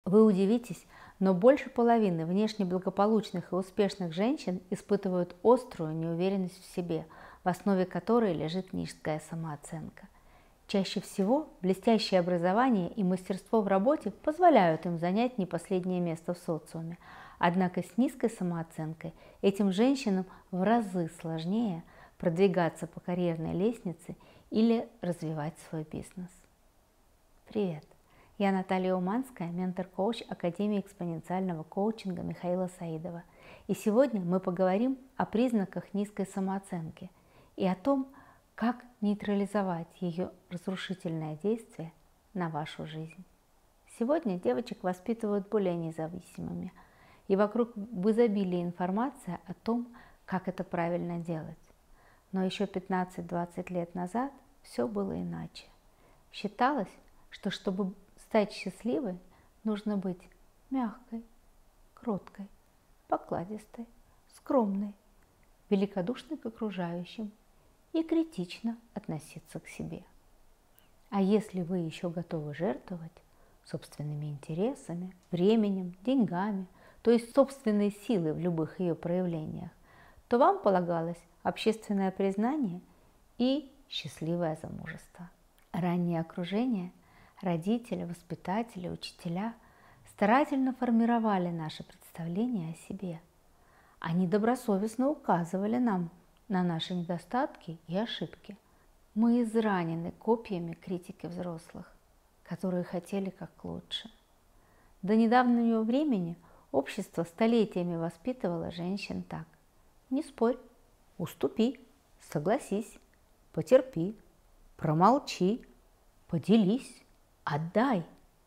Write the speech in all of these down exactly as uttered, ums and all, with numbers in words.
Вы удивитесь, но больше половины внешне благополучных и успешных женщин испытывают острую неуверенность в себе, в основе которой лежит низкая самооценка. Чаще всего блестящее образование и мастерство в работе позволяют им занять не последнее место в социуме. Однако с низкой самооценкой этим женщинам в разы сложнее продвигаться по карьерной лестнице или развивать свой бизнес. Привет! Я Наталья Уманская, ментор-коуч Академии экспоненциального коучинга Михаила Саидова. И сегодня мы поговорим о признаках низкой самооценки и о том, как нейтрализовать ее разрушительное действие на вашу жизнь. Сегодня девочек воспитывают более независимыми, и вокруг в изобилии информация о том, как это правильно делать. Но еще пятнадцать-двадцать лет назад все было иначе. Считалось, что чтобы стать счастливой, нужно быть мягкой, кроткой, покладистой, скромной, великодушной к окружающим и критично относиться к себе. А если вы еще готовы жертвовать собственными интересами, временем, деньгами, то есть собственной силой в любых ее проявлениях, то вам полагалось общественное признание и счастливое замужество. Раннее окружение, родители, воспитатели, учителя старательно формировали наше представление о себе. Они добросовестно указывали нам на наши недостатки и ошибки. Мы изранены копьями критики взрослых, которые хотели как лучше. До недавнего времени общество столетиями воспитывало женщин так: не спорь, уступи, согласись, потерпи, промолчи, поделись, отдай.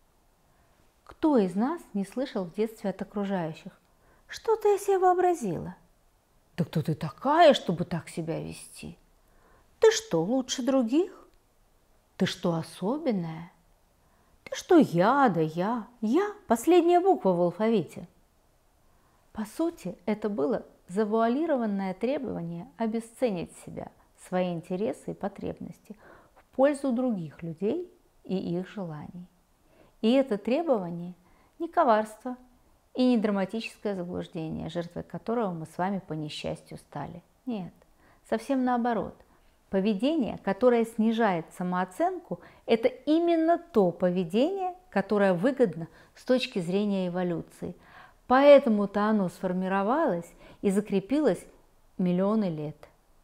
Кто из нас не слышал в детстве от окружающих: что-то я себе вообразила? Да кто ты такая, чтобы так себя вести? Ты что, лучше других? Ты что, особенная? Ты что, я, да я? Я – последняя буква в алфавите. По сути, это было завуалированное требование обесценить себя, свои интересы и потребности в пользу других людей и их желаний. И это требование не коварство и не драматическое заблуждение, жертвой которого мы с вами по несчастью стали. Нет, совсем наоборот. Поведение, которое снижает самооценку, это именно то поведение, которое выгодно с точки зрения эволюции. Поэтому-то оно сформировалось и закрепилось миллионы лет.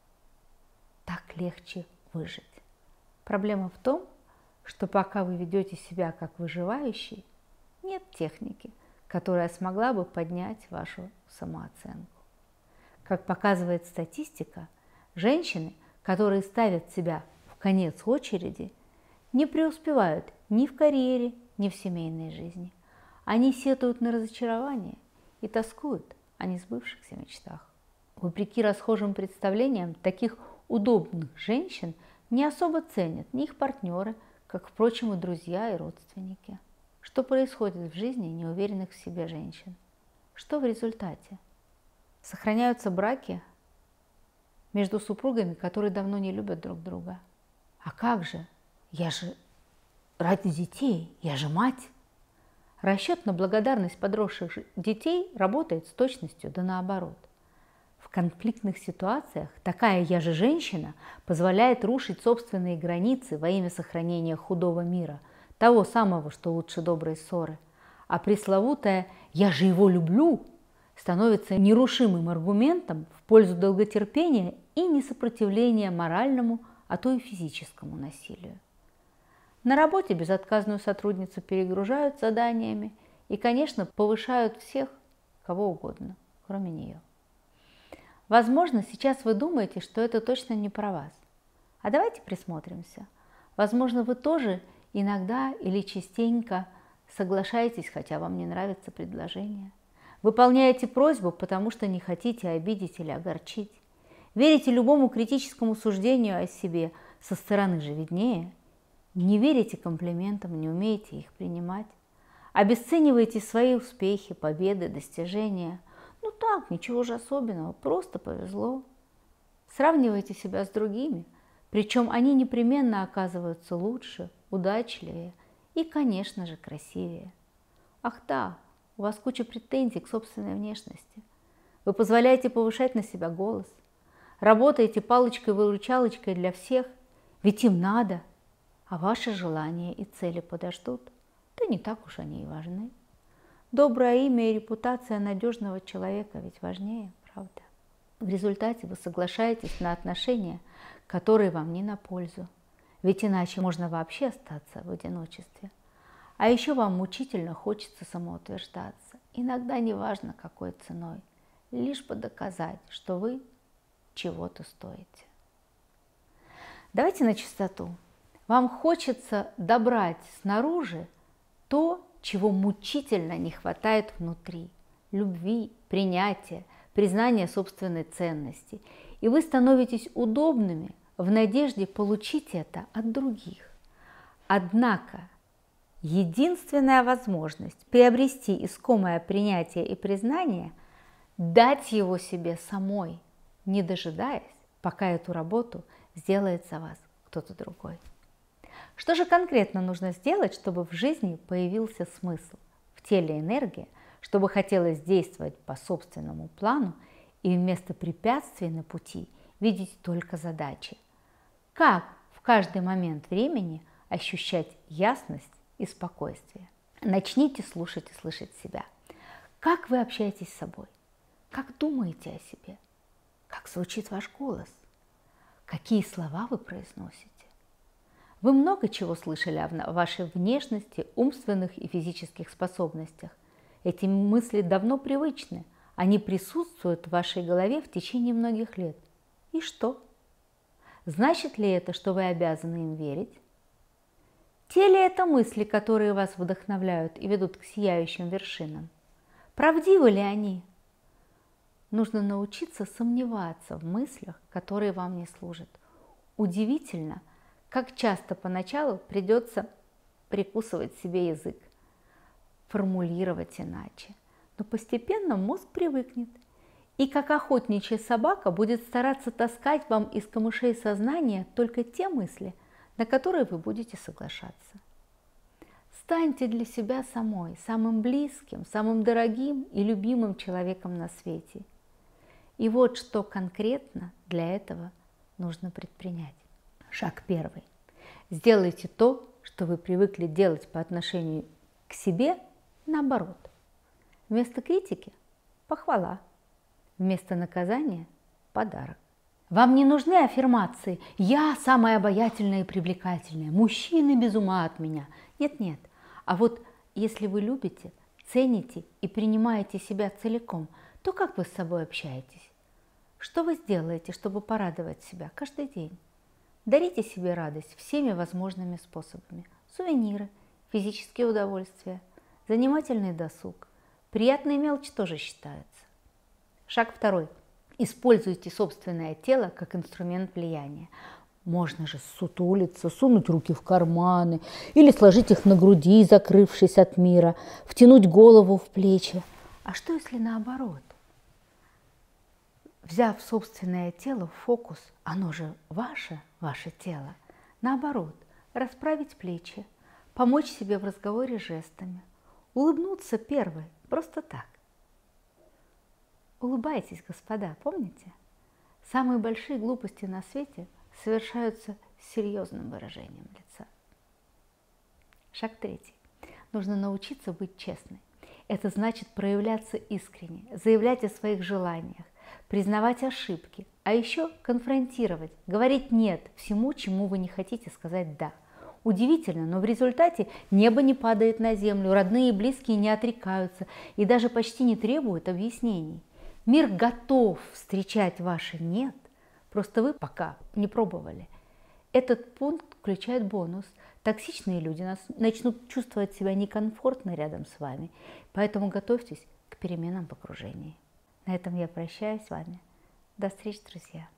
Так легче выжить. Проблема в том, что пока вы ведете себя как выживающий, нет техники, которая смогла бы поднять вашу самооценку. Как показывает статистика, женщины, которые ставят себя в конец очереди, не преуспевают ни в карьере, ни в семейной жизни. Они сетуют на разочарование и тоскуют о несбывшихся мечтах. Вопреки расхожим представлениям, таких удобных женщин не особо ценят ни их партнеры, как, впрочем, и друзья и родственники. Что происходит в жизни неуверенных в себе женщин? Что в результате? Сохраняются браки между супругами, которые давно не любят друг друга. А как же? Я же ради детей, я же мать. Расчет на благодарность подросших детей работает с точностью да наоборот. В конфликтных ситуациях такая «я же женщина» позволяет рушить собственные границы во имя сохранения худого мира, того самого, что лучше доброй ссоры. А пресловутое «я же его люблю» становится нерушимым аргументом в пользу долготерпения и несопротивления моральному, а то и физическому насилию. На работе безотказную сотрудницу перегружают заданиями и, конечно, повышают всех, кого угодно, кроме нее. Возможно, сейчас вы думаете, что это точно не про вас. А давайте присмотримся. Возможно, вы тоже иногда или частенько соглашаетесь, хотя вам не нравится предложение. Выполняете просьбу, потому что не хотите обидеть или огорчить. Верите любому критическому суждению о себе, со стороны же виднее. Не верите комплиментам, не умеете их принимать. Обесцениваете свои успехи, победы, достижения. Ну так, ничего же особенного, просто повезло. Сравнивайте себя с другими, причем они непременно оказываются лучше, удачливее и, конечно же, красивее. Ах да, у вас куча претензий к собственной внешности. Вы позволяете повышать на себя голос. Работаете палочкой-выручалочкой для всех, ведь им надо, а ваши желания и цели подождут. Да не так уж они и важны. Доброе имя и репутация надежного человека ведь важнее, правда? В результате вы соглашаетесь на отношения, которые вам не на пользу, ведь иначе можно вообще остаться в одиночестве. А еще вам мучительно хочется самоутверждаться, иногда неважно какой ценой, лишь бы доказать, что вы чего-то стоите. Давайте на чистоту. Вам хочется добрать снаружи то, чего мучительно не хватает внутри. Любви, принятия, признания собственной ценности. И вы становитесь удобными в надежде получить это от других. Однако единственная возможность приобрести искомое принятие и признание – дать его себе самой, не дожидаясь, пока эту работу сделает за вас кто-то другой. Что же конкретно нужно сделать, чтобы в жизни появился смысл, в теле энергия, чтобы хотелось действовать по собственному плану и вместо препятствий на пути видеть только задачи? Как в каждый момент времени ощущать ясность и спокойствие? Начните слушать и слышать себя. Как вы общаетесь с собой? Как думаете о себе? Как звучит ваш голос? Какие слова вы произносите? Вы много чего слышали о вашей внешности, умственных и физических способностях. Эти мысли давно привычны. Они присутствуют в вашей голове в течение многих лет. И что? Значит ли это, что вы обязаны им верить? Те ли это мысли, которые вас вдохновляют и ведут к сияющим вершинам? Правдивы ли они? Нужно научиться сомневаться в мыслях, которые вам не служат. Удивительно, как часто поначалу придется прикусывать себе язык, формулировать иначе. Но постепенно мозг привыкнет, и как охотничья собака будет стараться таскать вам из камышей сознания только те мысли, на которые вы будете соглашаться. Станьте для себя самой самым близким, самым дорогим и любимым человеком на свете. И вот что конкретно для этого нужно предпринять. Шаг первый. Сделайте то, что вы привыкли делать по отношению к себе, наоборот. Вместо критики – похвала, вместо наказания – подарок. Вам не нужны аффирмации «я самая обаятельная и привлекательная», «мужчины без ума от меня». Нет-нет. А вот если вы любите, цените и принимаете себя целиком, то как вы с собой общаетесь? Что вы сделаете, чтобы порадовать себя каждый день? Дарите себе радость всеми возможными способами. Сувениры, физические удовольствия, занимательный досуг. Приятные мелочи тоже считаются. Шаг второй. Используйте собственное тело как инструмент влияния. Можно же ссутулиться, сунуть руки в карманы или сложить их на груди, закрывшись от мира, втянуть голову в плечи. А что если наоборот? Взяв собственное тело в фокус, оно же ваше, ваше тело, наоборот, расправить плечи, помочь себе в разговоре жестами, улыбнуться первой, просто так. Улыбайтесь, господа, помните? Самые большие глупости на свете совершаются с серьезным выражением лица. Шаг третий. Нужно научиться быть честной. Это значит проявляться искренне, заявлять о своих желаниях, признавать ошибки, а еще конфронтировать, говорить «нет» всему, чему вы не хотите сказать «да». Удивительно, но в результате небо не падает на землю, родные и близкие не отрекаются и даже почти не требуют объяснений. Мир готов встречать ваше «нет», просто вы пока не пробовали. Этот пункт включает бонус. Токсичные люди начнут чувствовать себя некомфортно рядом с вами, поэтому готовьтесь к переменам в окружении. На этом я прощаюсь с вами. До встречи, друзья!